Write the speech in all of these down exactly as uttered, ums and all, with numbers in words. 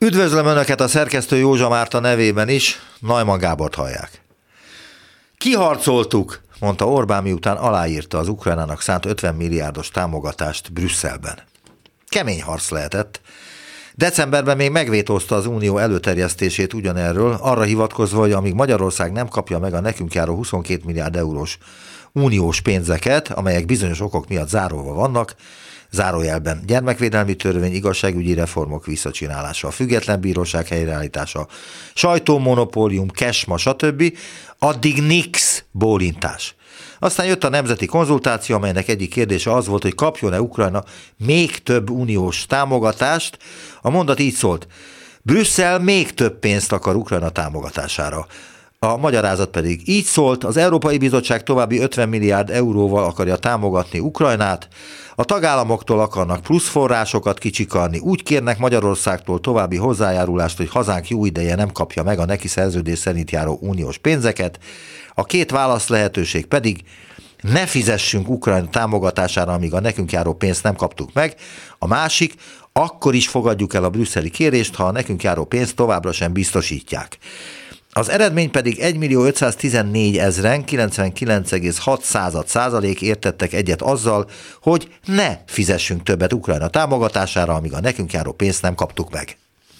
Üdvözlöm Önöket a szerkesztő Józsa Márta nevében is, Neumann Gábort hallják. Kiharcoltuk, mondta Orbán, miután aláírta az Ukrajnának szánt ötven milliárdos támogatást Brüsszelben. Kemény harc lehetett. Decemberben még megvétózta az Unió előterjesztését ugyanerről, arra hivatkozva, hogy amíg Magyarország nem kapja meg a nekünk járó huszonkét milliárd eurós uniós pénzeket, amelyek bizonyos okok miatt zárolva vannak, zárójelben gyermekvédelmi törvény, igazságügyi reformok visszacsinálása, a független bíróság helyreállítása, sajtómonopólium, kesma, stb. Addig nix bólintás. Aztán jött a nemzeti konzultáció, amelynek egyik kérdése az volt, hogy kapjon-e Ukrajna még több uniós támogatást. A mondat így szólt: Brüsszel még több pénzt akar Ukrajna támogatására. A magyarázat pedig így szólt: az Európai Bizottság további ötven milliárd euróval akarja támogatni Ukrajnát, a tagállamoktól akarnak plusz forrásokat kicsikarni, úgy kérnek Magyarországtól további hozzájárulást, hogy hazánk jó ideje nem kapja meg a neki szerződés szerint járó uniós pénzeket. A két válasz lehetőség pedig: ne fizessünk Ukrajna támogatására, amíg a nekünk járó pénzt nem kaptuk meg. A másik: akkor is fogadjuk el a brüsszeli kérést, ha a nekünk járó pénzt továbbra sem biztosítják. Az eredmény pedig egymillió-ötszáztizennégyezren, kilencvenkilenc egész hat százalék értettek egyet azzal, hogy ne fizessünk többet Ukrajna támogatására, amíg a nekünk járó pénzt nem kaptuk meg.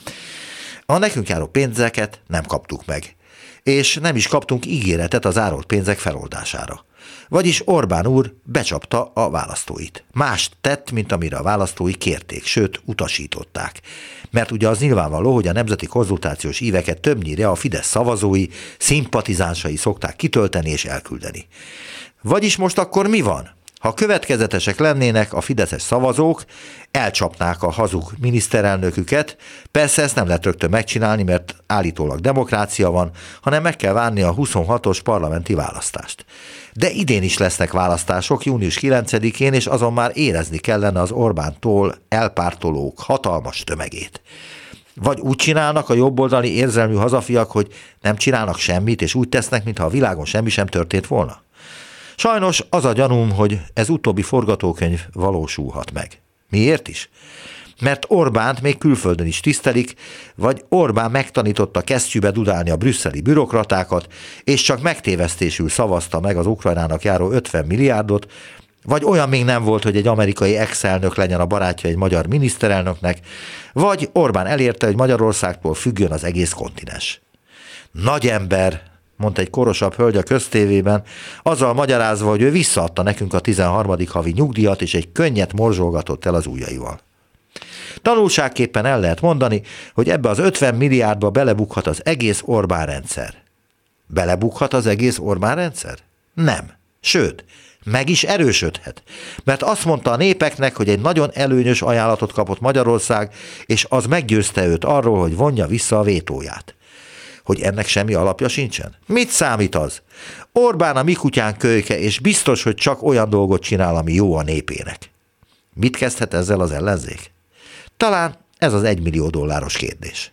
A nekünk járó pénzeket nem kaptuk meg, és nem is kaptunk ígéretet az zárolt pénzek feloldására. Vagyis Orbán úr becsapta a választóit. Mást tett, mint amire a választói kérték, sőt utasították. Mert ugye az nyilvánvaló, hogy a nemzeti konzultációs íveket többnyire a Fidesz szavazói, szimpatizánsai szokták kitölteni és elküldeni. Vagyis most akkor mi van? Ha következetesek lennének a fideszes szavazók, elcsapnák a hazug miniszterelnöküket. Persze ezt nem lehet rögtön megcsinálni, mert állítólag demokrácia van, hanem meg kell várni a huszonhatos parlamenti választást. De idén is lesznek választások június kilencedikén, és azon már érezni kellene az Orbántól elpártolók hatalmas tömegét. Vagy úgy csinálnak a jobboldali érzelmű hazafiak, hogy nem csinálnak semmit, és úgy tesznek, mintha a világon semmi sem történt volna. Sajnos az a gyanúm, hogy ez utóbbi forgatókönyv valósulhat meg. Miért is? Mert Orbánt még külföldön is tisztelik, vagy Orbán megtanította kesztyűbe dudálni a brüsszeli bürokratákat, és csak megtévesztésül szavazta meg az Ukrajnának járó ötven milliárdot, vagy olyan még nem volt, hogy egy amerikai ex-elnök legyen a barátja egy magyar miniszterelnöknek, vagy Orbán elérte, hogy Magyarországtól függjön az egész kontinens. Nagy ember, mondta egy korosabb hölgy a köztévében, azzal magyarázva, hogy ő visszaadta nekünk a tizenharmadik havi nyugdíjat, és egy könnyet morzsolgatott el az ujjaival. Tanulságképpen el lehet mondani, hogy ebbe az ötven milliárdba belebukhat az egész Orbán rendszer. Belebukhat az egész Orbán rendszer? Nem. Sőt, meg is erősödhet. Mert azt mondta a népeknek, hogy egy nagyon előnyös ajánlatot kapott Magyarország, és az meggyőzte őt arról, hogy vonja vissza a vétóját. Hogy ennek semmi alapja sincsen? Mit számít az? Orbán a mi kutyánk kölyke, és biztos, hogy csak olyan dolgot csinál, ami jó a népének. Mit kezdhet ezzel az ellenzék? Talán ez az egymillió dolláros kérdés.